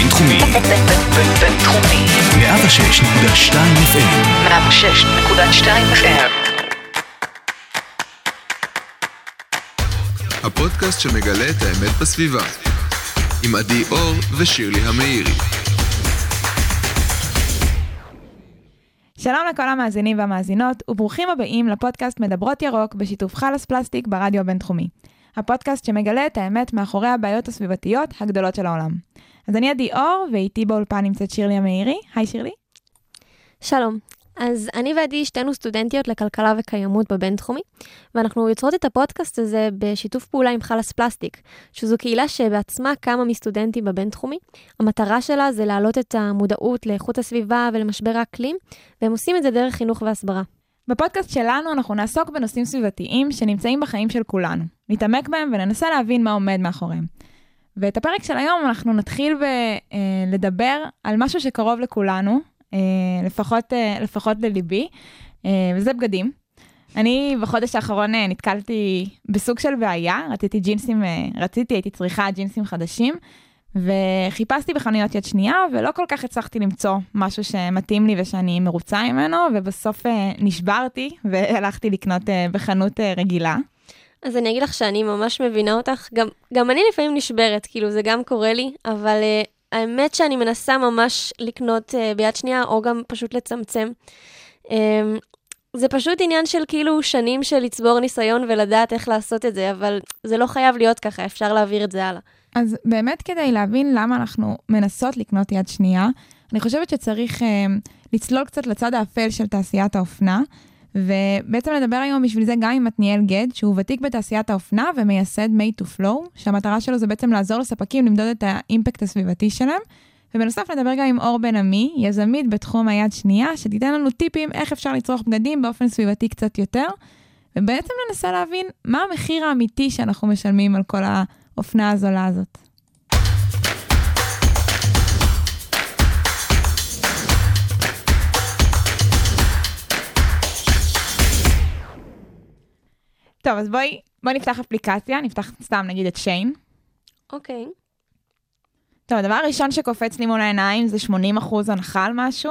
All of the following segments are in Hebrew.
בינתחומי. בינתחומי. 106.2 FM. 106.2 FM. הפודקאסט שמגלה את האמת בסביבה. עם עדי אור ושירלי המאירי. שלום לכל המאזינים והמאזינות, וברוכים הבאים לפודקאסט מדברות ירוק בשיתוף חלאס פלסטיק ברדיו הבינתחומי. הפודקאסט שמגלה את האמת מאחורי הבעיות הסביבתיות הגדולות של העולם. אז אני עדי אור, ואיתי באולפן נמצאת שירלי המאירי. היי שירלי. שלום. אז אני ועדי שתינו סטודנטיות לכלכלה וקיימות בבינתחומי, ואנחנו יוצרות את הפודקאסט הזה בשיתוף פעולה עם חלאס פלסטיק, שזו קהילה שבעצמה קמה מסטודנטים בבינתחומי. המטרה שלה זה להעלות את המודעות לאיכות הסביבה ולמשבר האקלים, והם עושים את זה דרך חינוך והסברה. בפודקאסט שלנו אנחנו נעסוק בנושאים סביבתיים שנמצאים בחיים של כולנו. נתעמק בהם וננסה להבין מה עומד מאחוריהם. ואת הפרק של היום אנחנו נתחיל לדבר על משהו שקרוב לכולנו, לפחות לליבי, וזה בגדים. אני בחודש האחרון נתקלתי בסוג של בעיה, הייתי צריכה ג'ינסים חדשים, וחיפשתי בחנויות יד שנייה, ולא כל כך הצלחתי למצוא משהו שמתאים לי ושאני מרוצה ממנו, ובסוף נשברתי והלכתי לקנות בחנות רגילה. אז אני אגיד לך שאני ממש מבינה אותך, גם אני לפעמים נשברת, כאילו זה גם קורה לי, אבל האמת שאני מנסה ממש לקנות ביד שנייה, או גם פשוט לצמצם. זה פשוט עניין של כאילו שנים של לצבור ניסיון ולדעת איך לעשות את זה, אבל זה לא חייב להיות ככה, אפשר להעביר את זה הלאה. אז באמת כדי להבין למה אנחנו מנסות לקנות יד שנייה, אני חושבת שצריך לצלול קצת לצד האפל של תעשיית האופנה, ובעצם לדבר היום בשביל זה גם עם מתניאל גד, שהוא ותיק בתעשיית האופנה ומייסד Made to Flow, שהמטרה שלו זה בעצם לעזור לספקים למדוד את האימפקט הסביבתי שלהם, ובנוסף נדבר גם עם אור בן עמי, יזמית בתחום היד שנייה, שתיתן לנו טיפים איך אפשר לצרוך בגדים באופן סביבתי קצת יותר, ובעצם ננסה להבין מה המחיר האמיתי שאנחנו משלמים על כל האופנה הזולה הזאת. טוב, אז בואי נפתח אפליקציה, נפתח סתם נגיד את שיין. אוקיי. טוב, הדבר הראשון שקופץ לי מול העיניים זה 80% הנחה על משהו.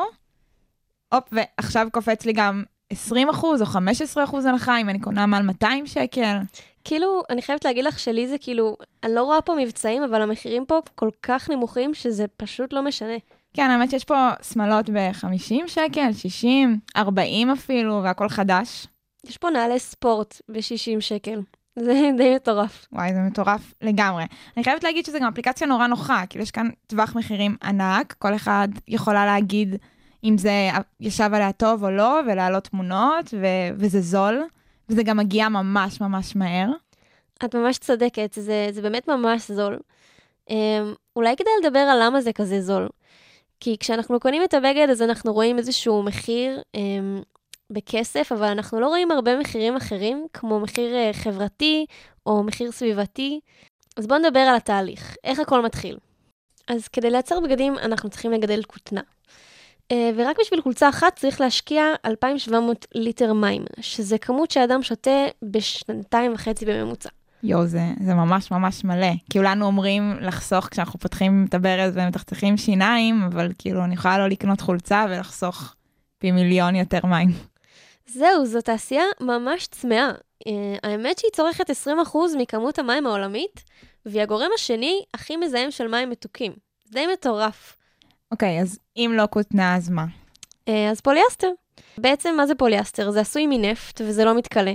ועכשיו קופץ לי גם 20% או 15% הנחה, אם אני קונה מעל 200 שקל. כאילו, אני חייבת להגיד לך שלי זה כאילו, אני לא רואה פה מבצעים, אבל המחירים פה כל כך נמוכים שזה פשוט לא משנה. כן, האמת שיש פה שמלות ב-50 שקל, 60, 40 אפילו, והכל חדש. יש פה נעלי ספורט ב-60 שקל. זה די מטורף. וואי, זה מטורף לגמרי. אני חייבת להגיד שזה גם אפליקציה נורא נוחה, כאילו יש כאן טווח מחירים ענק, כל אחד יכולה להגיד אם זה ישב עליה טוב או לא, ולהעלות תמונות, וזה זול, וזה גם מגיע ממש ממש מהר. את ממש צדקת, זה באמת ממש זול. אולי כדאי לדבר על למה זה כזה זול. כי כשאנחנו קונים את הבגד, אז אנחנו רואים איזשהו מחיר בכסף, אבל אנחנו לא רואים הרבה מחירים אחרים, כמו מחיר חברתי או מחיר סביבתי. אז בואו נדבר על התהליך, איך הכל מתחיל. אז כדי לייצר בגדים, אנחנו צריכים לגדל כותנה. ורק בשביל חולצה אחת צריך להשקיע 2,700 ליטר מים, שזה כמות שאדם שותה בשנתיים וחצי בממוצע. יו, זה ממש ממש מלא. כולנו אומרים לחסוך כשאנחנו פותחים את הברז ומתחתכים שיניים, אבל כאילו אני יכולה לא לקנות חולצה ולחסוך פי מיליון יותר מים. זהו, זו תעשייה ממש צמאה. האמת שהיא צורכת 20% מכמות המים העולמית, והיא הגורם השני הכי מזהם של מים מתוקים. די מטורף. אוקיי, אז אם לא כותנה, אז מה? אז פוליאסטר. בעצם מה זה פוליאסטר? זה עשוי מנפט וזה לא מתקלה.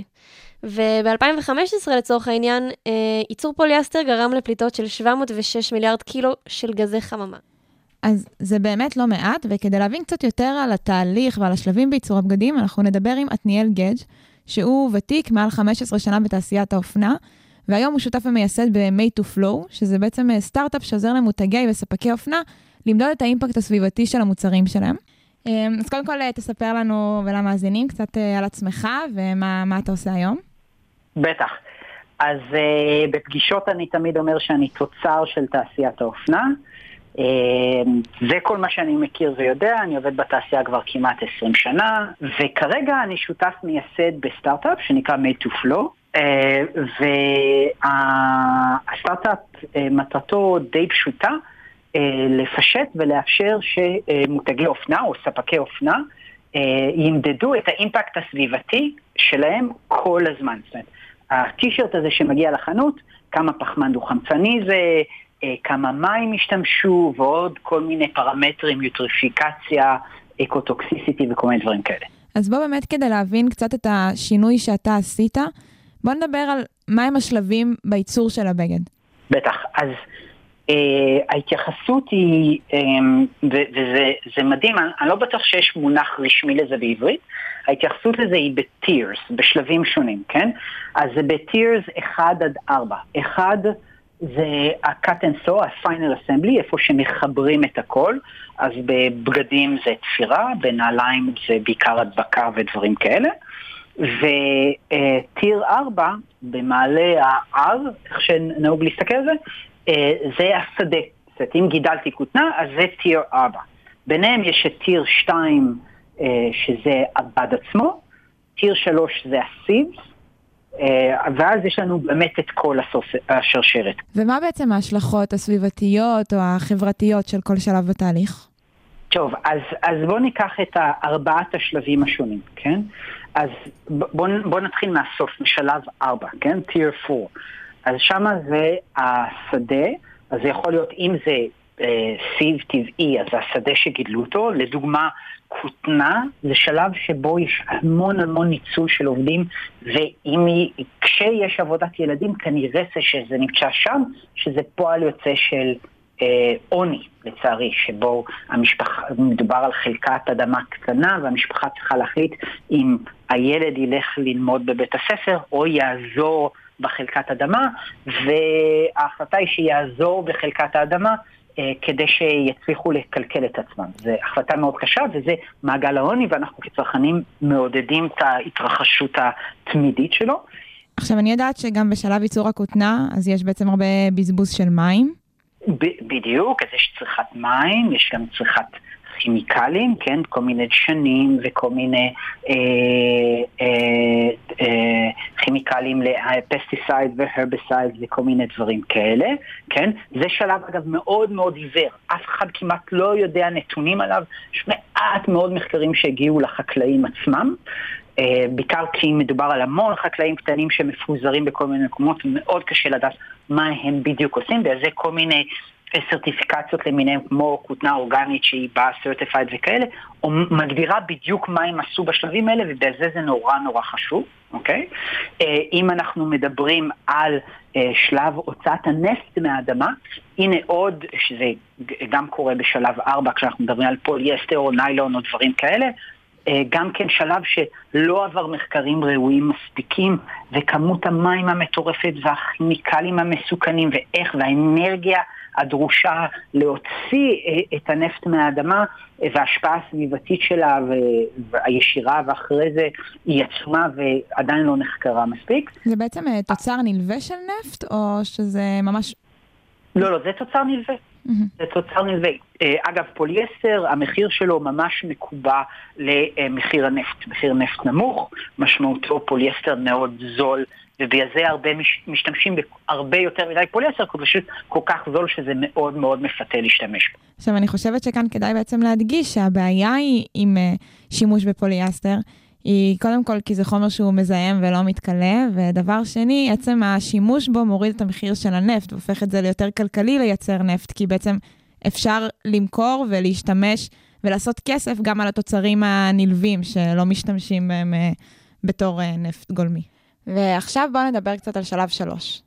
וב-2015 לצורך העניין, ייצור פוליאסטר גרם לפליטות של 706 מיליארד קילו של גזי חממה. אז זה באמת לא מעט, וכדי להבין קצת יותר על התהליך ועל השלבים בייצור הבגדים, אנחנו נדבר עם מתניאל גד, שהוא ותיק מעל 15 שנה בתעשיית האופנה, והיום הוא שותף ומייסד ב-Made to Flow, שזה בעצם סטארט-אפ שעוזר למותגי וספקי אופנה, למדוד את האימפקט הסביבתי של המוצרים שלהם. אז קודם כל תספר לנו ולמאזינים קצת על עצמך, ומה אתה עושה היום? בטח. אז בפגישות אני תמיד אומר שאני תוצר של תעשיית האופנה, זה כל מה שאני מכיר ויודע, אני עובד בתעשייה כבר כמעט 20 שנה, וכרגע אני שותף מייסד בסטארט-אפ שנקרא Made to Flow, והסטארט-אפ מטרתו די פשוטה, לפשט ולאפשר שמותגי אופנה או ספקי אופנה ימדדו את האימפקט הסביבתי שלהם כל הזמן. זאת אומרת, הטישרט הזה שמגיע לחנות, כמה פחמן דו-חמצני זה, כמה מים השתמשו, ועוד כל מיני פרמטרים, יוטריפיקציה, אקוטוקסיסיטי וכל מיני דברים כאלה. אז בוא באמת כדי להבין קצת את השינוי שאתה עשית, בוא נדבר על מהם השלבים בייצור של הבגד. בטח, אז ההתייחסות היא, וזה מדהים, אני לא בטוח שיש מונח רשמי לזה בעברית, ההתייחסות לזה היא בטירס, בשלבים שונים, כן? אז זה בטירס 1-4. 1 זה ה-cut and sew, ה-final assembly, איפה שמחברים את הכל, אז בבגדים זה תפירה, בנעליים זה בעיקר הדבקה ודברים כאלה, וטיר 4, במעלה ה-R, איך שנהוג להסתכל על זה, זה השדה. זאת אומרת, אם גידלתי כותנה, אז זה טיר 4. ביניהם יש את טיר 2, שזה הבד עצמו, טיר 3 זה הסיבס, ואז יש לנו באמת את כל השרשרת. ומה בעצם ההשלכות הסביבתיות או החברתיות של כל שלב בתהליך? טוב, אז בואו ניקח את 4 השלבים השונים, כן? אז בואו נתחיל מהסוף, משלב 4, כן? טיר 4. אז שמה זה השדה, אז זה יכול להיות, אם זה סיב טבעי, אז זה השדה שגידלו אותו, לדוגמה, כותנה, זה שלב שבו יש המון ניצול של עובדים, כשיש עבודת ילדים, כנראה שזה נמצא שם, שזה פועל יוצא של עוני, לצערי, שבו מדובר על חלקת אדמה קטנה, והמשפחה צריכה להחליט אם הילד ילך ללמוד בבית הספר, או יעזור בחלקת אדמה, וההחלטה היא שיעזור בחלקת האדמה, כדי שיצליחו לקלקל את עצמם. זו החלטה מאוד קשה, וזה מעגל העוני, ואנחנו כצרכנים מעודדים את ההתרחשות התמידית שלו. עכשיו, אני יודעת שגם בשלב ייצור הכותנה, אז יש בעצם הרבה בזבוז של מים. בדיוק, אז יש צריכת מים, יש גם צריכת כימיקלים, כן, כל מיני דשנים וכל מיני כימיקלים לפסטיסייד והרבסייד וכל מיני דברים כאלה, כן? זה שלב אגב מאוד עיוור, אף אחד כמעט לא יודע נתונים עליו, יש מעט מאוד מחקרים שהגיעו לחקלאים עצמם, בעיקר כי מדובר על המון חקלאים קטנים שמפוזרים בכל מיני מקומות, מאוד קשה לדעת מה הם בדיוק עושים, וזה כל מיני סרטיפיקציות למיניהם, כמו כותנה אורגנית שהיא באה סרטיפייד וכאלה, או מגדירה בדיוק מה הם עשו בשלבים האלה, ובזה זה נורא חשוב, אוקיי? אם אנחנו מדברים על שלב הוצאת הנפט מהאדמה, הנה עוד, שזה גם קורה בשלב 4, כשאנחנו מדברים על פוליאסטר או ניילון או דברים כאלה, גם כן שלב שלא עבר מחקרים ראויים מספיקים, וכמות המים המטורפת והכימיקלים המסוכנים, ואיך והאנרגיה הדרושה להוציא את הנפט מהאדמה, וההשפעה הסביבתית שלה והישירה ואחרי זה היא עצומה ועדיין לא נחקרה מספיק. זה בעצם תוצר נלווה של נפט, או שזה ממש... לא, זה תוצר נלווה. זה תוצר נלווה. אגב, פוליאסטר, המחיר שלו ממש מקובע למחיר הנפט. מחיר נפט נמוך, משמעותו פוליאסטר מאוד זול, ובגלל זה הרבה משתמשים בהרבה יותר מדי פוליאסטר, כי פשוט כל כך זול שזה מאוד מפתה להשתמש. עכשיו, אני חושבת שכאן כדאי בעצם להדגיש שהבעיה היא עם שימוש בפוליאסטר, היא קודם כל כי זה חומר שהוא מזהם ולא מתקלה, ודבר שני, עצם השימוש בו מוריד את המחיר של הנפט, והופך את זה ליותר כלכלי לייצר נפט, כי בעצם אפשר למכור ולהשתמש ולעשות כסף גם על התוצרים הנלווים שלא משתמשים בהם בתור נפט גולמי. ועכשיו בואו נדבר קצת על שלב 3.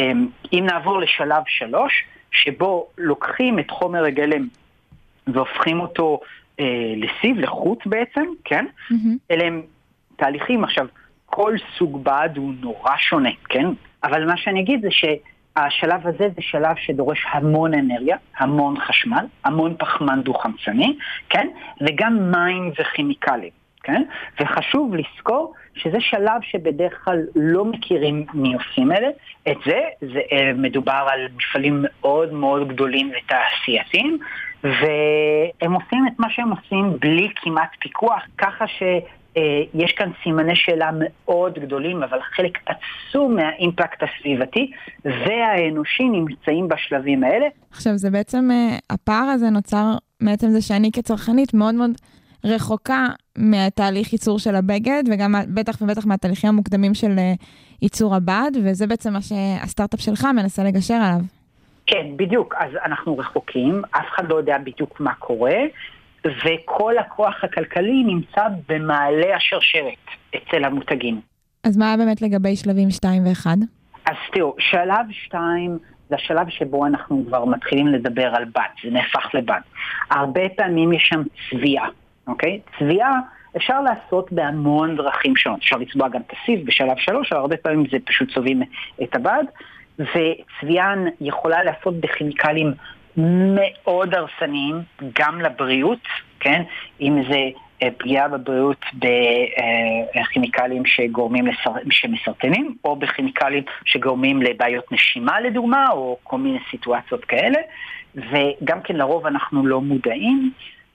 אם נעבור לשלב 3, שבו לוקחים את חומר הגלם והופכים אותו לסיב, לחוט בעצם, כן? אלה הם תהליכים, עכשיו, כל סוג בד הוא נורא שונה, כן? אבל מה שאני אגיד זה שהשלב הזה זה שלב שדורש המון אנרגיה, המון חשמל, המון פחמן דו-חמצני, כן? וגם מים וכימיקלים, כן? וחשוב לזכור שזה שלב שבדרך כלל לא מכירים מי עושים אלה. את זה מדובר על מפעלים מאוד גדולים ותעשייתיים, והם עושים את מה שהם עושים בלי כמעט פיקוח, ככה יש כאן סימני שאלה מאוד גדולים, אבל חלק עצום מהאימפקט הסביבתי והאנושי נמצאים בשלבים האלה. עכשיו, זה בעצם, הפער הזה נוצר מעצם זה שאני כצרכנית מאוד מאוד רחוקה מהתהליך ייצור של הבגד, וגם בטח ובטח מהתהליכים המוקדמים של ייצור הבד, וזה בעצם מה שהסטארט-אפ שלך מנסה לגשר עליו. כן, בדיוק. אז אנחנו רחוקים, אף אחד לא יודע בדיוק מה קורה, וכל הכוח הכלכלי נמצא במעלה השרשרת אצל המותגים. אז מה באמת לגבי שלבים 2 ו-1? אז תראו, שלב 2 זה השלב שבו אנחנו כבר מתחילים לדבר על בד, זה נהפך לבד. הרבה פעמים יש שם צביעה, אוקיי? צביעה אפשר לעשות בהמון דרכים שונות. אפשר לצבוע גם את הסיב בשלב 3, אבל הרבה פעמים זה פשוט צובעים את הבד, וצביעה יכולה לעשות בכימיקלים מאוד הרסניים, גם לבריאות, כן? אם זה פגיעה בבריאות בכימיקלים שמסרטנים, או בכימיקלים שגורמים לבעיות נשימה לדוגמה, או כל מיני סיטואציות כאלה, וגם כן לרוב אנחנו לא מודעים,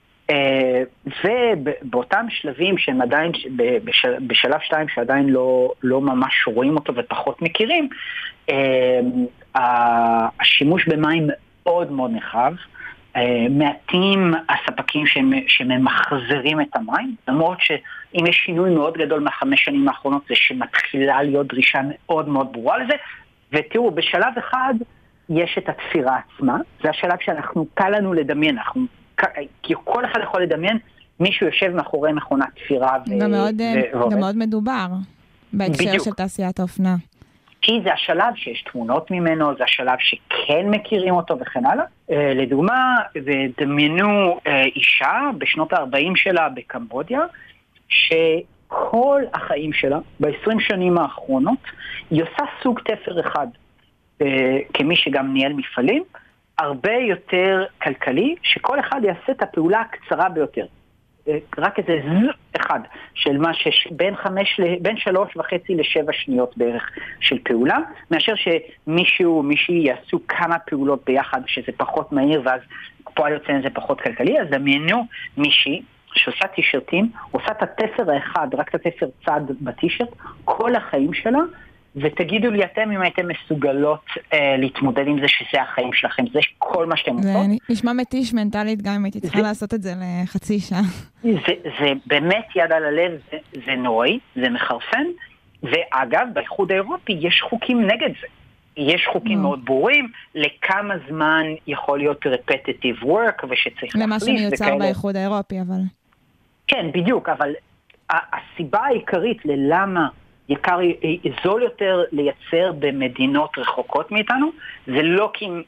ובאותם שלבים שהם עדיין, בשלב 2 שעדיין לא ממש רואים אותו ופחות מכירים, השימוש במים מאוד מאוד נרחב, מעטים הספקים שממחזרים את המים, למרות שאם יש שינוי מאוד גדול מה5 שנים האחרונות, זה שמתחילה להיות דרישה מאוד מאוד ברורה לזה, ותראו, בשלב אחד יש את התפירה עצמה, זה השלב שאנחנו, קל לנו לדמיין, כי כל אחד יכול לדמיין, מישהו יושב מאחורי מכונת תפירה גם מאוד מדובר, בהקשר של תעשיית האופנה. כי זה השלב שיש תמונות ממנו, זה השלב שכן מכירים אותו וכן הלאה. לדוגמה, דמיינו אישה בשנות ה-40 שלה בקמבודיה, שכל החיים שלה, ב-20 שנים האחרונות, היא עושה סוג תפר אחד, כמי שגם ניהל מפעלים, הרבה יותר כלכלי, שכל אחד יעשה את הפעולה הקצרה ביותר. רק איזה אחד של מה בין 3.5 ל7 שניות בערך של פעולה, מאשר מישהי יעשו כמה פעולות ביחד שזה פחות מהיר ואז פועל יוצא זה פחות כלכלי. אז דמיינו מישהי שעושה טישרטים, עושה את התפר האחד, רק את התפר צד בטישרט, כל החיים שלה, ותגידו לי אתם אם הייתם מסוגלות להתמודד עם זה שזה החיים שלכם, זה כל מה שאתם עושות. זה נשמע מתיש מנטלית גם אם הייתי צריכה לעשות את זה לחצי שעה. זה באמת יד על הלב, זה נוראי, זה מחרפן, ואגב באיחוד האירופי יש חוקים נגד זה. יש חוקים מאוד ברורים לכמה זמן יכול להיות repetitive work ושצריך למה שמיוצר באיחוד האירופי אבל. כן בדיוק, אבל הסיבה העיקרית ללמה זול יותר לייצר במדינות רחוקות מאיתנו, זה לא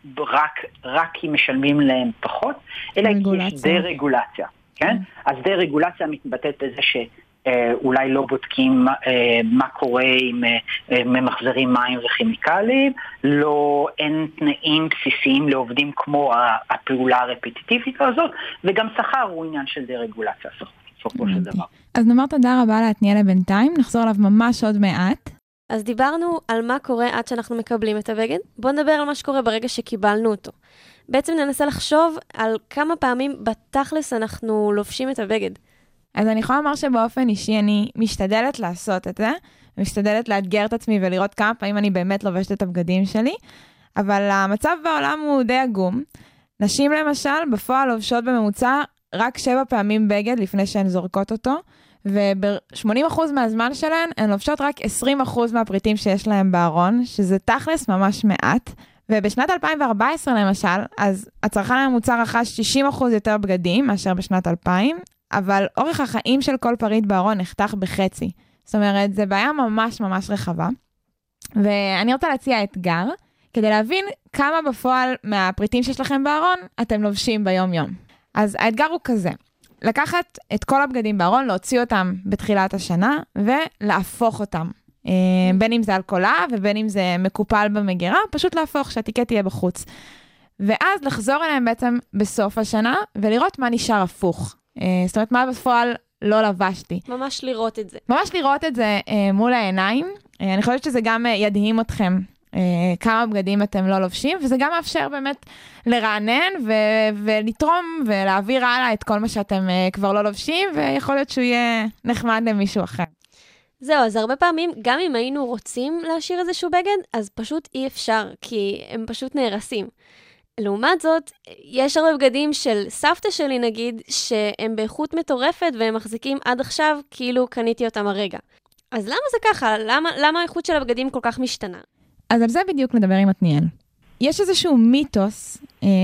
רק כי משלמים להם פחות, אלא כי יש דה-רגולציה. כן? אז דה-רגולציה מתבטאת בזה שאולי לא בודקים מה קורה עם ממחזרים מים וכימיקלים, אין תנאים בסיסיים לעובדים כמו הפעולה הרפטיטיבית הזאת, וגם שכר הוא עניין של דה-רגולציה סופו של דבר. אז נאמר תודה רבה להתניאלה בינתיים, נחזור עליו ממש עוד מעט. אז דיברנו על מה קורה עד שאנחנו מקבלים את הבגד, בואו נדבר על מה שקורה ברגע שקיבלנו אותו. בעצם ננסה לחשוב על כמה פעמים בתכלס אנחנו לובשים את הבגד. אז אני יכולה לומר שבאופן אישי אני משתדלת לעשות את זה, משתדלת לאתגר את עצמי ולראות כמה פעמים אני באמת לובשת את הבגדים שלי, אבל המצב בעולם הוא די עגום. נשים למשל בפועל לובשות בממוצע רק 7 פעמים בגד לפני שהן זורקות אותו, וב-80% מהזמן שלהן הן לובשות רק 20% מהפריטים שיש להן בארון, שזה תכלס ממש מעט. ובשנת 2014 למשל, אז הצרכן הממוצע רכש 60% יותר בגדים מאשר בשנת 2000, אבל אורך החיים של כל פריט בארון נחתך בחצי. זאת אומרת, זה בעיה ממש ממש רחבה. ואני רוצה להציע אתגר, כדי להבין כמה בפועל מהפריטים שיש לכם בארון אתם לובשים ביום יום. אז האתגר הוא כזה, לקחת את כל הבגדים בארון, להוציא אותם בתחילת השנה, ולהפוך אותם. בין אם זה על קולה, ובין אם זה מקופל במגירה, פשוט להפוך שהטיקט תהיה בחוץ. ואז לחזור אליהם בעצם בסוף השנה, ולראות מה נשאר הפוך. זאת אומרת, מה בפועל לא לבשתי. ממש לראות את זה. ממש לראות את זה מול העיניים. אני חושבת שזה גם ידהים אתכם כמה בגדים אתם לא לובשים, וזה גם מאפשר באמת לרענן ולתרום ולהעביר הלאה את כל מה שאתם כבר לא לובשים, ויכול להיות שהוא יהיה נחמד למישהו אחר. זהו, אז הרבה פעמים, גם אם היינו רוצים להשאיר איזשהו בגד, אז פשוט אי אפשר, כי הם פשוט נהרסים. לעומת זאת, יש הרבה בגדים של סבתא שלי נגיד, שהם באיכות מטורפת והם מחזיקים עד עכשיו כאילו קניתי אותם הרגע. אז למה זה ככה? למה האיכות של הבגדים כל כך משתנה? אז על זה בדיוק נדבר עם עתניאל. יש איזשהו מיתוס,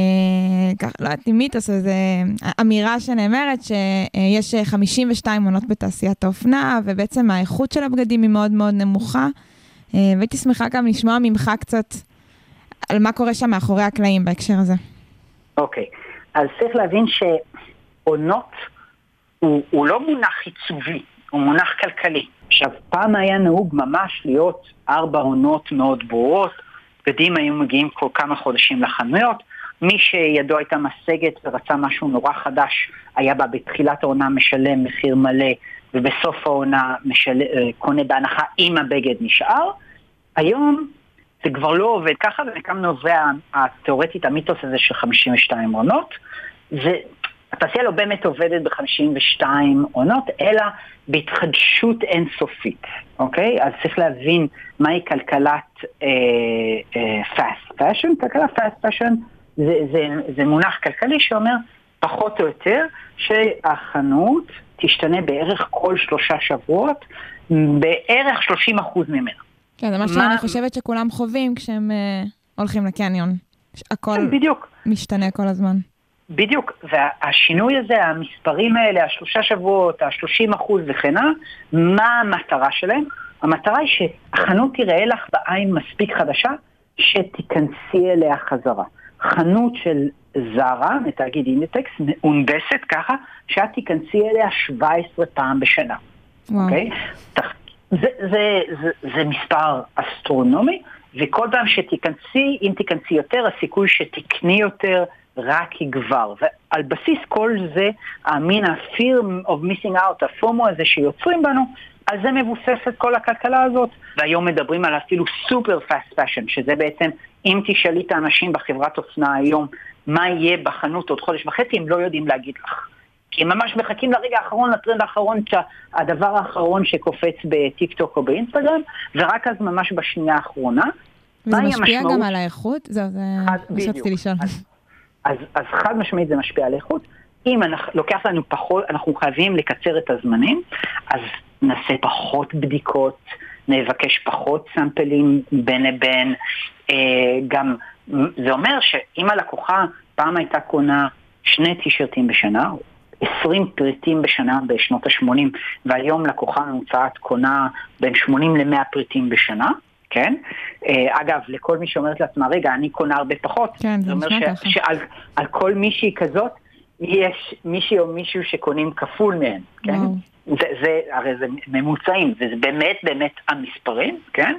לא יודעתי מיתוס, זה אמירה שנאמרת שיש 52 עונות בתעשיית האופנה, ובעצם האיכות של הבגדים היא מאוד מאוד נמוכה, והייתי שמחה גם לשמוע ממך קצת על מה קורה שם מאחורי הקלעים בהקשר הזה. אוקיי, אז צריך להבין שעונות הוא לא מונח עיצובי, הוא מונח כלכלי. עכשיו, פעם היה נהוג ממש להיות 4 עונות מאוד ברורות, בגדים היו מגיעים כל כמה חודשים לחנויות, מי שידו הייתה משגת ורצה משהו נורא חדש, היה בה בתחילת העונה משלם מחיר מלא, ובסוף העונה קונה בהנחה אם הבגד נשאר. היום זה כבר לא עובד ככה, ומכאן נובע התיאורטית המיתוס הזה של 52 עונות, והתעשייה לא באמת עובדת ב-52 עונות, אלא בהתחדשות אינסופית, אוקיי? אז צריך להבין מהי כלכלת fast fashion. כלכלת fast fashion זה מונח כלכלי שאומר פחות או יותר שהחנות תשתנה בערך כל 3 שבועות, בערך 30% ממנה. כן, זה מה שאני חושבת שכולם חווים כשהם הולכים לקניון. הכל משתנה כל הזמן. בדיוק, והשינוי הזה, המספרים האלה, 3 שבועות, 30% וכן, מה המטרה שלהם? המטרה היא שהחנות תראה לך בעין מספיק חדשה, שתיכנסי אליה חזרה. חנות של זרה, מתאגיד אינטקס, מונדסת ככה, שאת תיכנסי אליה 17 פעם בשנה. אוקיי? זה מספר אסטרונומי, וכל פעם שתיכנסי, אם תיכנסי יותר, הסיכוי שתקני יותר רק יגבר. ועל בסיס כל זה, ה-fear of missing out, הפומו הזה שיוצרים בנו, על זה מבוססת כל הכלכלה הזאת. והיום מדברים על אפילו סופר פאסט פאשן, שזה בעצם, אם תשאלי את האנשים בחברת אופנה היום, מה יהיה בחנות עוד חודש וחצי, הם לא יודעים להגיד לך. כי הם ממש מחכים לרגע האחרון, לטרנד האחרון, הדבר האחרון שקופץ בטיק טוק או באינסטגרם, ורק אז ממש בשנייה האחרונה. וזה משפיע גם על האיכות? זהו, זה רציתי לשאול. אז חד משמעית זה משפיע על האיכות. אם לוקח לנו פחות, אנחנו חייבים לקצר את הזמנים, אז נעשה פחות בדיקות, נבקש פחות סמפלים בין לבין. גם זה אומר שאם הלקוחה פעם הייתה קונה 2 טישרטים בשנה, 20 פריטים בשנה בשנות ה-80, והיום לקוחה ממוצעת קונה בין 80 ל-100 פריטים בשנה, כן? אגב, לכל מי שאומרת לעצמה, רגע, אני קונה הרבה פחות, כן, זה אומר שעל כל מישהי כזאת, יש מישהי או מישהו שקונים כפול מהם, כן? הרי זה ממוצעים, וזה באמת המספרים, כן?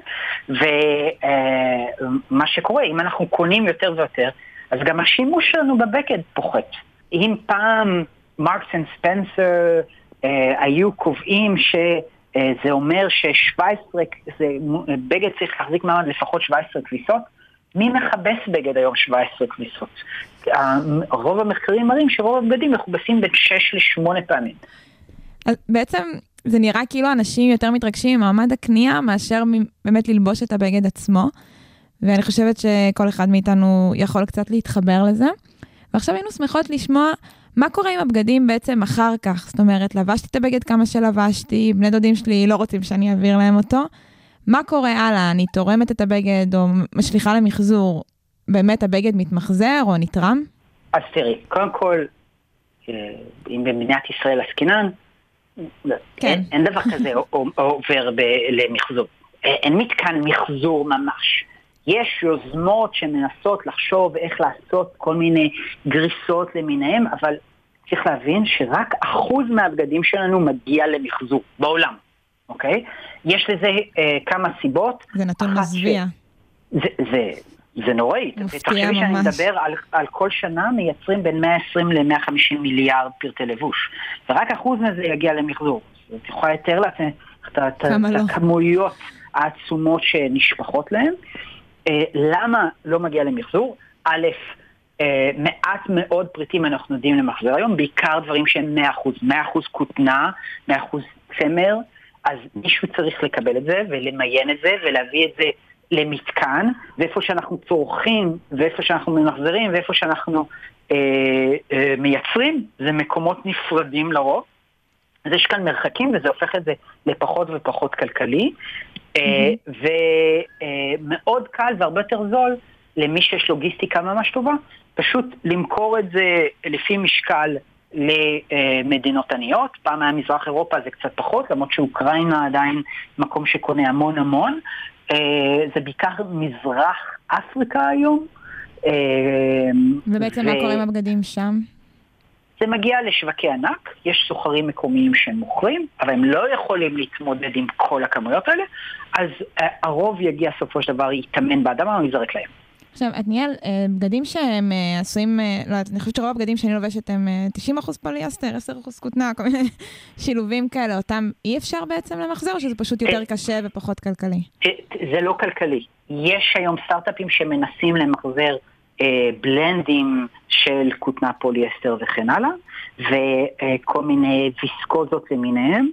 ומה שקורה, אם אנחנו קונים יותר ויותר, אז גם השימוש שלנו בבגד פוחת. אם פעם מרקס אנד ספנסר היו קובעים שזה אומר ש17, בגד צריך להחזיק מעמד לפחות 17 כביסות, מי מכבס בגד היום 17 כביסות? רוב המחקרים מראים שרוב הבגדים מכובסים בין 6 ל8 פעמים. אז בעצם זה נראה כאילו אנשים יותר מתרגשים ממעמד הקנייה מאשר באמת ללבוש את הבגד עצמו, ואני חושבת שכל אחד מאיתנו יכול קצת להתחבר לזה. ועכשיו היינו שמחות לשמוע מה קורה עם הבגדים בעצם אחר כך. זאת אומרת, לבשתי את הבגד כמה שלבשתי, בני דודים שלי לא רוצים שאני אעביר להם אותו. מה קורה הלאה? אני תורמת את הבגד או משליחה למחזור, באמת הבגד מתמחזר או נתרם? אז תראי, קודם כל, אם במדינת ישראל עסקינן, כן. אין דבר כזה עובר למחזור. אין מתקן מחזור ממש. יש יוזמות שמנסות לחשוב איך לעשות כל מיני גריסות למיניהם, אבל צריך להבין שרק 1% מהבגדים שלנו מגיע למחזור בעולם, אוקיי? יש לזה כמה סיבות. זה נתון מזוויע. זה נוראי. תחשבי שאני מדבר על כל שנה מייצרים בין 120 ל-150 מיליארד פרטי לבוש, ורק 1% מזה יגיע למחזור. את יכולה יותר את הכמויות העצומות שנשפחות להם. למה לא מגיע למחזור? א', מעט מאוד פריטים אנחנו יודעים למחזר היום, בעיקר דברים שהם 100%, 100% כותנה, 100% צמר, אז מישהו צריך לקבל את זה ולמיין את זה ולהביא את זה למתקן, ואיפה שאנחנו צורכים, ואיפה שאנחנו ממחזרים, ואיפה שאנחנו מייצרים, זה מקומות נפרדים לרוב. אז יש כאן מרחקים, וזה הופך את זה לפחות ופחות כלכלי, ומאוד קל והרבה יותר זול למי שיש לוגיסטיקה ממש טובה, פשוט למכור את זה לפי משקל למדינות עניות. פעם מהמזרח אירופה זה קצת פחות, למרות שאוקראינה עדיין מקום שקונה המון המון. זה בעיקר מזרח אפריקה היום. ובעצם מה קורה עם הבגדים שם? זה מגיע לשווקי ענק, יש סוחרים מקומיים שהם מוכרים, אבל הם לא יכולים להתמודד עם כל הכמויות האלה, אז הרוב יגיע סופו של דבר, יתאמן באדמה או יזרק להם. עכשיו, עתניאל, בגדים שהם עשויים, לא, אני חושבת שרוב הבגדים שאני לובשת הם 90% פוליאסטר, 10% כותנה, כל מיני שילובים כאלה, אותם אי אפשר בעצם למחזר, או שזה פשוט יותר קשה ופחות כלכלי? זה לא כלכלי. יש היום סטארט-אפים שמנסים למחזר בלנדים של כותנה פוליאסטר וכן הלאה, וכל מיני ויסקוזות למיניהם.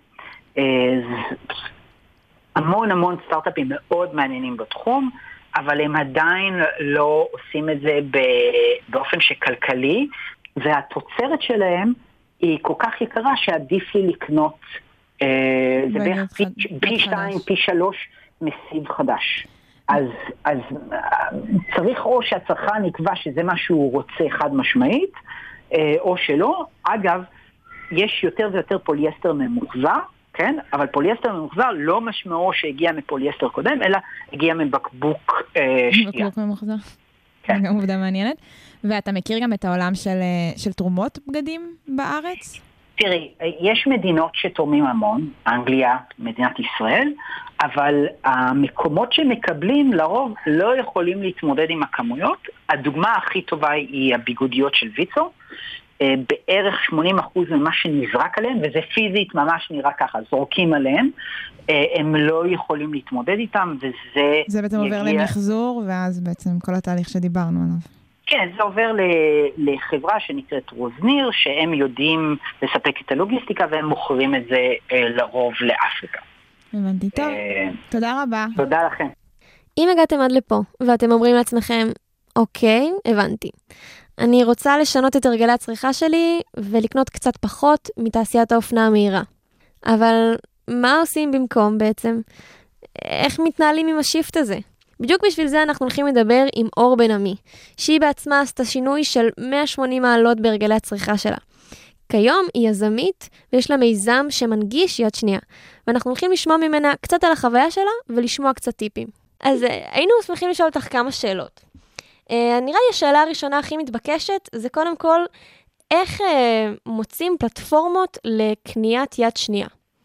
המון סטארט-אפים מאוד מעניינים בתחום, אבל הם עדיין לא עושים את זה באופן שכלכלי, והתוצרת שלהם היא כל כך יקרה שעדיף לי לקנות, זה בערך פי 2, פי 3 מסיב חדש. אז צריך או שהצרכן יקבע שזה מה שהוא רוצה חד משמעית, או שלא. אגב, יש יותר ויותר פוליאסטר ממוחזר, כן? אבל פוליאסטר ממוחזר לא משמעו שהגיע מפוליאסטר קודם, אלא הגיע מבקבוק שתייה. בקבוק ממוחזר. כן. גם עובדה מעניינת. ואתה מכיר גם את העולם של תרומות בגדים בארץ? תראי, יש מדינות שתורמים המון, אנגליה, מדינת ישראל, אבל המקומות שמקבלים לרוב לא יכולים להתמודד עם הכמויות. הדוגמה הכי טובה היא הביגודיות של ויצו, בערך 80% ממה שנזרק עליהם, וזה פיזית ממש נראה ככה, זורקים עליהם, הם לא יכולים להתמודד איתם, וזה... זה בעצם עובר למחזור, ואז בעצם כל התהליך שדיברנו עליו. כן, זה עובר לחברה שנקראת רוזניר, שהם יודעים לספק את הלוגיסטיקה, והם מוכרים את זה לרוב לאפריקה. הבנתי, טוב. תודה רבה. תודה לכם. אם הגעתם עד לפה, ואתם אומרים לעצמכם, אוקיי, הבנתי. אני רוצה לשנות את הרגלי הצריכה שלי, ולקנות קצת פחות מתעשיית האופנה המהירה. אבל מה עושים במקום בעצם? איך מתנהלים עם השיפט הזה? בדיוק בשביל זה אנחנו הולכים לדבר עם אור בן עמי, שהיא בעצמה עשתה שינוי של 180 מעלות בהרגלי הצריכה שלה. כיום היא יזמית, ויש לה מיזם שמנגיש יד שנייה, ואנחנו הולכים לשמוע ממנה קצת על החוויה שלה, ולשמוע קצת טיפים. אז היינו שמחים לשאול אותך כמה שאלות. נראה לי השאלה הראשונה הכי מתבקשת, זה קודם כל, איך מוצאים פלטפורמות לקניית יד שנייה?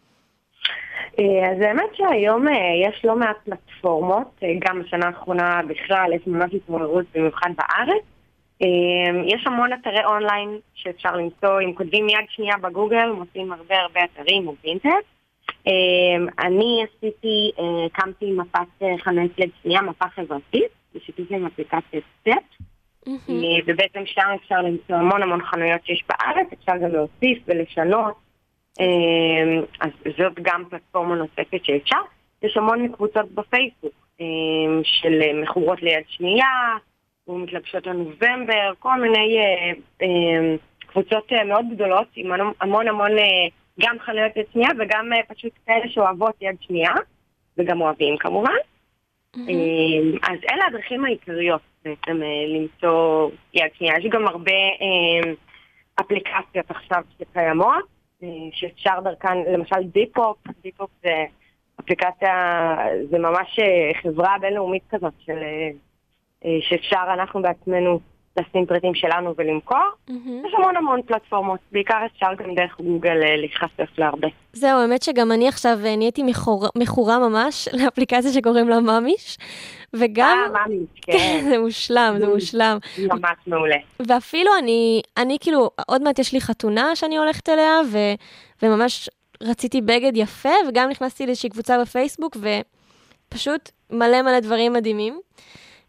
אז האמת שהיום יש לא מעט פלטפורמות, גם בשנה האחרונה בכלל יש ממש התמודדות במיוחד בארץ. יש המון אתרי אונליין שאפשר למצוא, אם כותבים יד שנייה בגוגל, מוצאים הרבה אתרים ובינטג'. אני קמתי מפת חנויות יד שנייה, מפה חברתית, בשיתוף עם אפליקציית סטפ, ובעצם שם אפשר למצוא המון חנויות שיש בארץ, אפשר גם להוסיף ולשנות. אז זאת גם פלטפורמה נוספת שאפשר. יש המון קבוצות בפייסבוק של מכורות ליד שנייה, ומתלבשות לנובמבר, כל מיני קבוצות מאוד גדולות עם המון גם חנויות יד שנייה וגם פשוט כאלה שאוהבות יד שנייה, וגם אוהבים כמובן. אז אלה הדרכים העיקריות בעצם למצוא יד שנייה. יש גם הרבה אפליקציות עכשיו שקיימות, שאפשר דרכן, למשל דיפופ זה אפליקציה, זה ממש חברה בינלאומית כזאת שאפשר אנחנו בעצמנו לשים פריטים שלנו ולמכור. יש המון פלטפורמות, בעיקר אפשר גם דרך גוגל להיחשף להרבה. זהו, האמת שגם אני עכשיו נהייתי מכורה ממש לאפליקציה שקוראים לה מאמיש, וגם... מאמיש, כן. זה מושלם, זה מושלם. ממש מעולה. ואפילו אני כאילו, עוד מעט יש לי חתונה שאני הולכת אליה, וממש רציתי בגד יפה, וגם נכנסתי לאיזושהי קבוצה בפייסבוק, ופשוט מלא דברים מדהימים.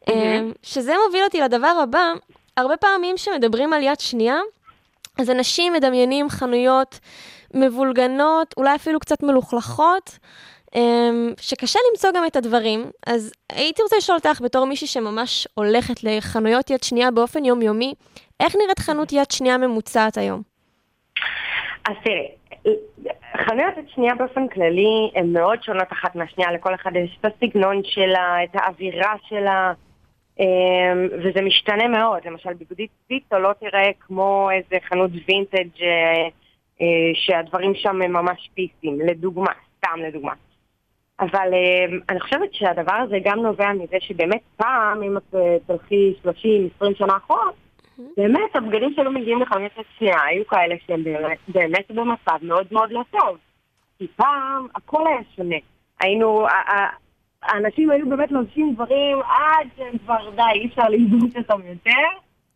שזה מוביל אותי לדבר הבא, הרבה פעמים שמדברים על יד שנייה, אז אנשים מדמיינים חנויות מבולגנות, אולי אפילו קצת מלוכלכות, שקשה למצוא גם את הדברים. אז הייתי רוצה לשאול אותך בתור מישהי שממש הולכת לחנויות יד שנייה באופן יומיומי, איך נראית חנות יד שנייה ממוצעת היום? אז תראי, חנויות יד שנייה באופן כללי הן מאוד שונות אחת מהשנייה, לכל אחד יש את הסגנון שלה, את האווירה שלה, וזה משתנה מאוד. למשל בגודית ויטו לא תראה כמו איזה חנות וינטג' שהדברים שם הם ממש פיסים, לדוגמה, סתם לדוגמה. אבל אני חושבת שהדבר הזה גם נובע מזה שבאמת פעם, אם את תלכי 30-20 שנה אחורה, באמת הבגדים שלא מגיעים לחנויות יד שנייה היו כאלה שהם באמת במצב מאוד מאוד לא טוב. כי פעם הכל היה שונה. האנשים היו באמת לובשים דברים עד שהם כבר די, אי אפשר להיבוש אותם יותר,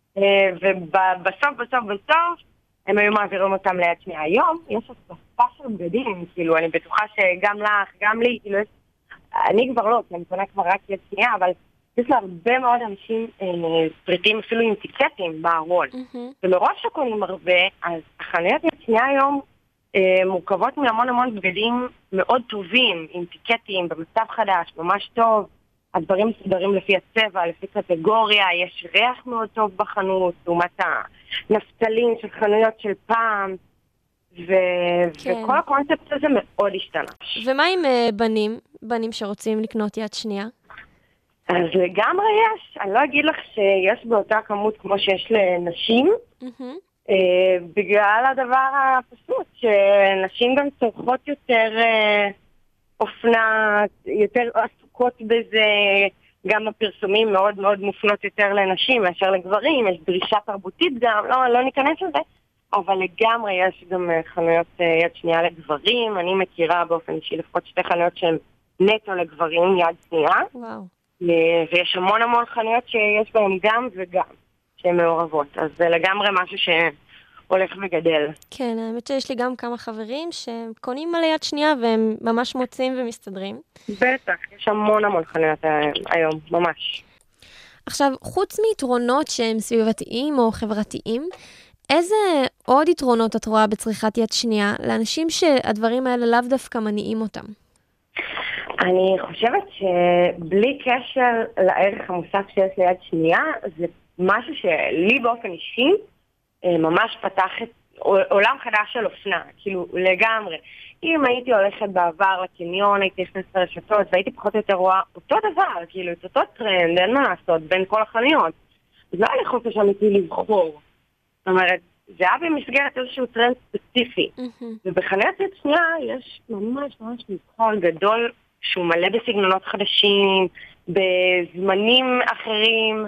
ובסוף הם היו מעבירים אותם ליד שנייה. היום יש הספה של בגדים, כאילו אני בטוחה שגם לך, גם לי, כאילו אני כבר לא, כי אני קונה כבר רק יד שנייה, אבל יש לה הרבה מאוד אנשים פריטים אפילו עם טיקטים בארון. ומראש שקונים הרבה, אז החנויות יד שנייה היום מורכבות מהמון המון בגדים מאוד טובים, עם טיקטים, במצב חדש, ממש טוב. הדברים מסודרים לפי הצבע, לפי קטגוריה, יש ריח מאוד טוב בחנות, לעומת הנפתלים של חנויות של פעם, וכל הקונספט הזה מאוד השתנה. ומה עם בנים שרוצים לקנות יד שנייה? אז לגמרי יש, אני לא אגיד לך שיש באותה כמות כמו שיש לנשים, בגלל הדבר הפשוט, שנשים גם צורכות יותר אופנה, יותר עסוקות בזה, גם הפרסומים מאוד מאוד מופנות יותר לנשים מאשר לגברים, יש דרישה תרבותית גם, לא ניכנס לזה, אבל לגמרי יש גם חנויות יד שנייה לגברים, אני מכירה באופן אישי לפחות 2 חנויות שהן נטו לגברים יד שנייה, ויש המון המון חנויות שיש בהן גם וגם, שהן מעורבות, אז זה לגמרי משהו שהולך וגדל. כן, האמת שיש לי גם כמה חברים שקונים על יד שנייה והם ממש מוצאים ומסתדרים. בטח, יש המון המון חנויות היום, ממש. עכשיו, חוץ מיתרונות שהם סביבתיים או חברתיים, איזה עוד יתרונות את רואה בצריכת יד שנייה לאנשים שהדברים האלה לאו דווקא מניעים אותם? אני חושבת שבלי קשר לערך המוסף שיש ליד שנייה, זה משהו שלי באופן אישי ממש פתח את עולם חדש של אופנה, כאילו לגמרי. אם הייתי הולכת בעבר לקניון, הייתי נכנסת לרשתות, והייתי פחות או יותר רואה אותו דבר, כאילו את אותו טרנד, אין מה לעשות בין כל החנויות. אז לא היה לי חופש אמיתי לבחור. זאת אומרת, זה היה במסגרת איזשהו טרנד ספציפי. ובחנויות יד שנייה יש ממש ממש מבחר גדול שהוא מלא בסגנונות חדשים, בזמנים אחרים,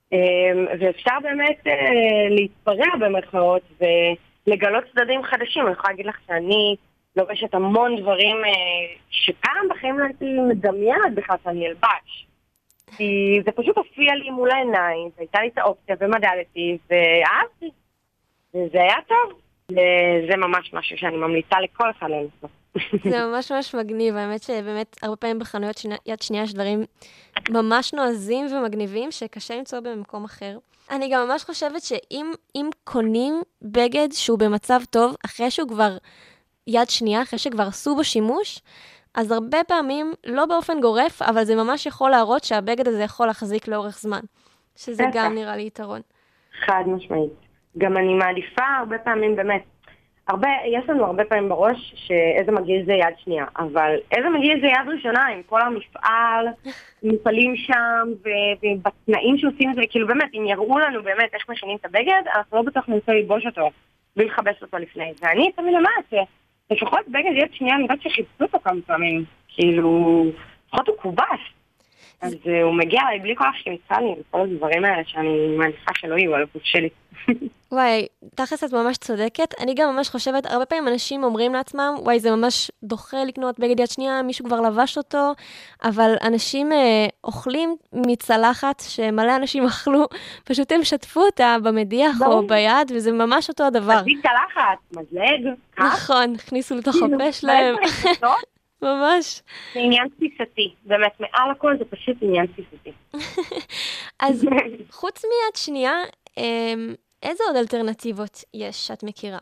ואפשר באמת להתפרע במרכאות ולגלות צדדים חדשים. אני יכולה להגיד לך שאני לובשת המון דברים שפעם בחיים לא הייתי מדמיינת בכלל שאני אלבש. כי זה פשוט הופיע לי מול העיניים, והייתה לי את האופציה ומדדתי ואהבתי. וזה היה טוב. זה ממש משהו שאני ממליצה לכל אחד לנסות. זה ממש ממש מגניב, האמת שבאמת הרבה פעמים בחנויות יד שנייה יש דברים ממש נועזים ומגניבים שקשה למצוא במקום אחר. אני גם ממש חושבת שאם קונים בגד שהוא במצב טוב, אחרי שהוא כבר יד שנייה, אחרי שכבר עשו בו שימוש, אז הרבה פעמים, לא באופן גורף, אבל זה ממש יכול להראות שהבגד הזה יכול להחזיק לאורך זמן. שזה גם נראה לי יתרון. חד משמעית. גם אני מעדיפה הרבה פעמים באמת, יש לנו הרבה פעמים בראש שאיזה מגיל זה יד שנייה, אבל איזה מגיל זה יד ראשונה עם כל המפעל, מפעלים שם, ובתנאים שעושים את זה, כאילו באמת, אם יראו לנו באמת איך משנים את הבגד, אנחנו לא בטוח ננסה לבוש אותו, ולחבש אותו לפני. ואני תמיד למעט, לפחות בגד יד שנייה, אני יודעת שחיפשו אותו כמה פעמים, כאילו, לפחות הוא כובש. אז הוא מגיע אליי בלי כוח שמצא לי, וכל הדברים האלה שאני מעדיפה שלא יהיו על הגוף שלי. וואי, תכלס את ממש צודקת. אני גם ממש חושבת, הרבה פעמים אנשים אומרים לעצמם, וואי, זה ממש דוחה לקנות בגד יד שנייה, מישהו כבר לבש אותו, אבל אנשים אוכלים מצלחת שמלא אנשים אכלו, פשוט הם שטפו אותה במדיח או ביד, וזה ממש אותו הדבר. אז צלחת, מזלג. נכון, הכניסו לתוך הפה שלהם. ממש. זה עניין תפיסתי, באמת, מעל הכל זה פשוט עניין תפיסתי. אז חוץ מיד שנייה, איזה עוד אלטרנטיבות יש שאת מכירה?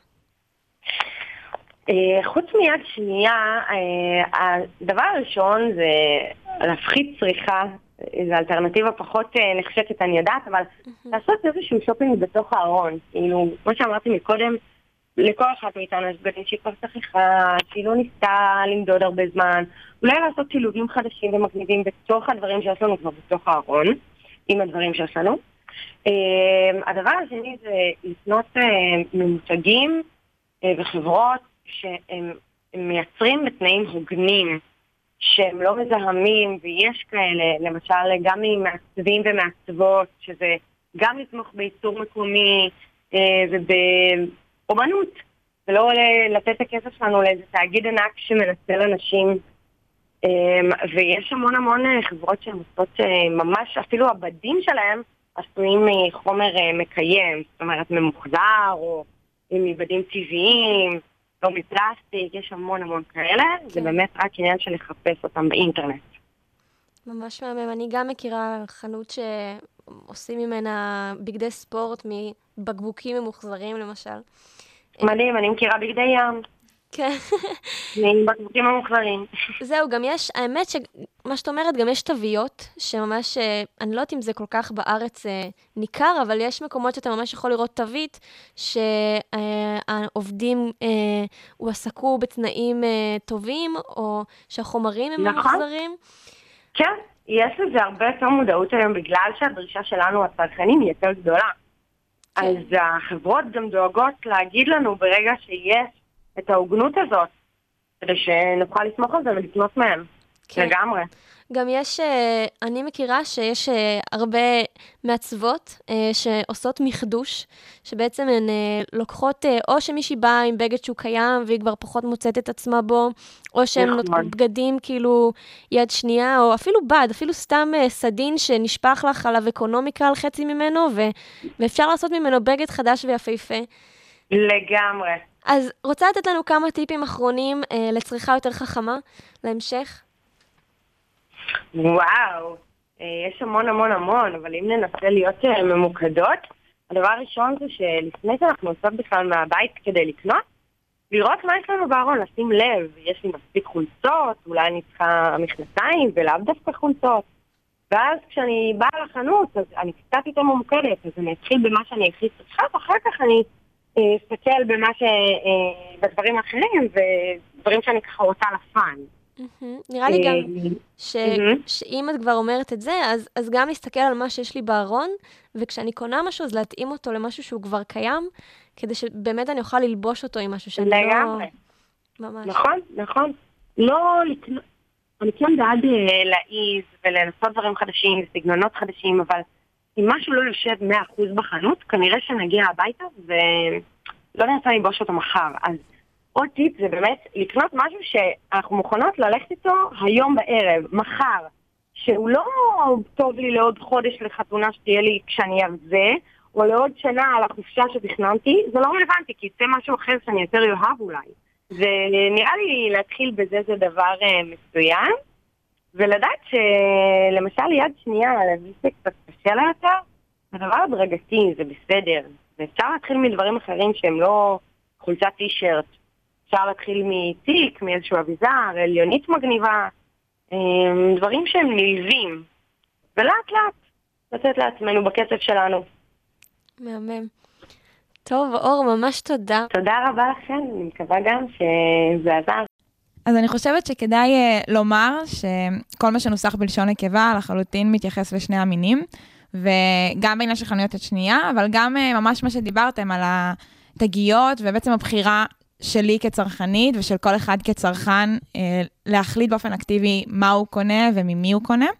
חוץ מיד שנייה, הדבר הראשון זה להפחית צריכה, זו אלטרנטיבה פחות נחשקת, אני יודעת, אבל לעשות איזשהו שופינג בתוך הארון. כאילו, כמו שאמרתי מקודם, לכל אחת מאיתנו יש בגדים שהיא כבר שכחה, שהיא לא ניסתה למדוד הרבה זמן, אולי לעשות שילובים חדשים ומגניבים בתוך הדברים שיש לנו כבר בתוך הארון, עם הדברים שיש לנו. הדבר השני זה לפנות ממותגים וחברות שהם מייצרים בתנאים הוגנים, שהם לא מזהמים, ויש כאלה, למשל גם ממעצבים ומעצבות, שזה גם לתמוך בייצור מקומי ובאומנות, ולא לתת את הכסף שלנו לאיזה תאגיד ענק שמנצל אנשים. ויש המון המון חברות שהן עושות ממש, אפילו הבדים שלהם עשויים מחומר מקיים, זאת אומרת ממוחזר או מבדים טבעיים, לא מפלסטיק, יש המון המון כאלה, כן. זה באמת רק עניין של לחפש אותם באינטרנט. ממש מהמם, אני גם מכירה חנות שעושים ממנה בגדי ספורט מבקבוקים ממוחזרים למשל. מדהים, אני מכירה בגדי ים. כן. מבקבוקים המוחזרים. זהו, גם יש, האמת שמה שאת אומרת, גם יש תוויות, שממש, אני לא יודעת אם זה כל כך בארץ ניכר, אבל יש מקומות שאתה ממש יכול לראות תווית, שהעובדים הועסקו בתנאים טובים, או שהחומרים הם ממוחזרים. כן, יש לזה הרבה יותר מודעות היום, בגלל שהדרישה שלנו, הצרכנים, היא יותר גדולה. אז החברות גם דואגות להגיד לנו ברגע שיש את ההוגנות הזאת, כדי שנוכל לסמוך על זה ולקנות מהם. כן. לגמרי. גם יש, אני מכירה שיש הרבה מעצבות שעושות מחדוש, שבעצם הן לוקחות, או שמישהי באה עם בגד שהוא קיים, והיא כבר פחות מוצאת את עצמה בו, או שהן נותנות בגדים כאילו יד שנייה, או אפילו בד, אפילו סתם סדין שנשפך לך עליו אקונומיקה על חצי ממנו, ואפשר לעשות ממנו בגד חדש ויפהפה. לגמרי. אז רוצה לתת לנו כמה טיפים אחרונים לצריכה יותר חכמה להמשך? וואו, יש המון המון המון, אבל אם ננסה להיות ממוקדות, הדבר הראשון זה שלפני שאנחנו עושות בכלל מהבית כדי לקנות, לראות מה יש לנו בארון, לשים לב, יש לי מספיק חולצות, אולי אני צריכה מכנסיים ולאו דווקא חולצות. ואז כשאני באה לחנות, אז אני קצת יותר ממוקדת, אז אני אתחיל במה שאני הכי צריכה, ואחר כך אני אסתכל בדברים האחרים, ודברים שאני ככה רוצה לפן. נראה לי גם שאם את כבר אומרת את זה, אז גם להסתכל על מה שיש לי בארון, וכשאני קונה משהו, אז להתאים אותו למשהו שהוא כבר קיים, כדי שבאמת אני אוכל ללבוש אותו עם משהו שאני לגמרי. לא... ממש. נכון, נכון. לא, אני כן בעד להעיז ולנסות דברים חדשים, סגנונות חדשים, אבל אם משהו לא יושב 100% בחנות, כנראה שנגיע הביתה ולא ננסה ללבוש אותו מחר. אז עוד טיפ זה באמת לקנות משהו שאנחנו מוכנות ללכת איתו היום בערב, מחר, שהוא לא טוב לי לעוד חודש לחתונה שתהיה לי כשאני ארזה, או לעוד שנה על החופשה שתכננתי, זה לא רלוונטי, כי זה משהו אחר שאני יותר יאהב אולי. ונראה לי להתחיל בזה זה דבר מצוין, ולדעת שלמשל יד שנייה, להביא שקצת קשה לה יותר, זה דבר הדרגתי, זה בסדר. ואפשר להתחיל מדברים אחרים שהם לא חולצת טי-שירט. אפשר להתחיל מתיק, מאיזשהו אביזר, עליונית מגניבה, דברים שהם נלווים. ולאט לאט, לתת לעצמנו בקצב שלנו. מהמם. טוב, אור, ממש תודה. תודה רבה לכם, אני מקווה גם שזה עזר. אז אני חושבת שכדאי לומר שכל מה שנוסח בלשון נקבה לחלוטין מתייחס לשני המינים, וגם בעניין של חנויות יד שנייה, אבל גם ממש מה שדיברתם על התגיות, ובעצם הבחירה שלי כצרכנית ושל כל אחד כצרכן להחליט באופן אקטיבי מה הוא קונה וממי הוא קונה.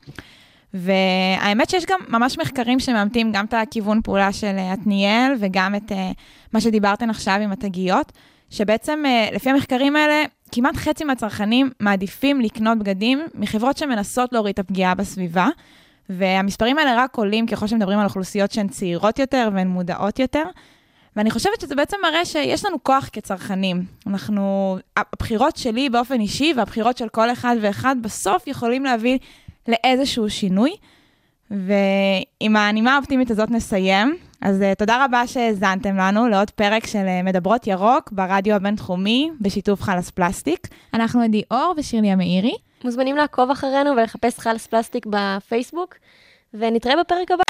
והאמת שיש גם ממש מחקרים שמאמתים גם את הכיוון פעולה של עתניאל וגם את מה שדיברתן עכשיו עם התגיות, שבעצם לפי המחקרים האלה כמעט חצי מהצרכנים מעדיפים לקנות בגדים מחברות שמנסות להוריד את הפגיעה בסביבה, והמספרים האלה רק עולים ככל שמדברים על אוכלוסיות שהן צעירות יותר והן מודעות יותר, ואני חושבת שזה בעצם מראה שיש לנו כוח כצרכנים. הבחירות שלי באופן אישי והבחירות של כל אחד ואחד בסוף יכולים להביא לאיזשהו שינוי, ועם הנימה האופטימית הזאת נסיים. אז תודה רבה שהזנתם לנו לעוד פרק של מדברות ירוק ברדיו הבינתחומי בשיתוף חלאס פלסטיק. אנחנו עדי אור ושירלי המאירי. מוזמנים לעקוב אחרינו ולחפש חלאס פלסטיק בפייסבוק, ונתראה בפרק הבא.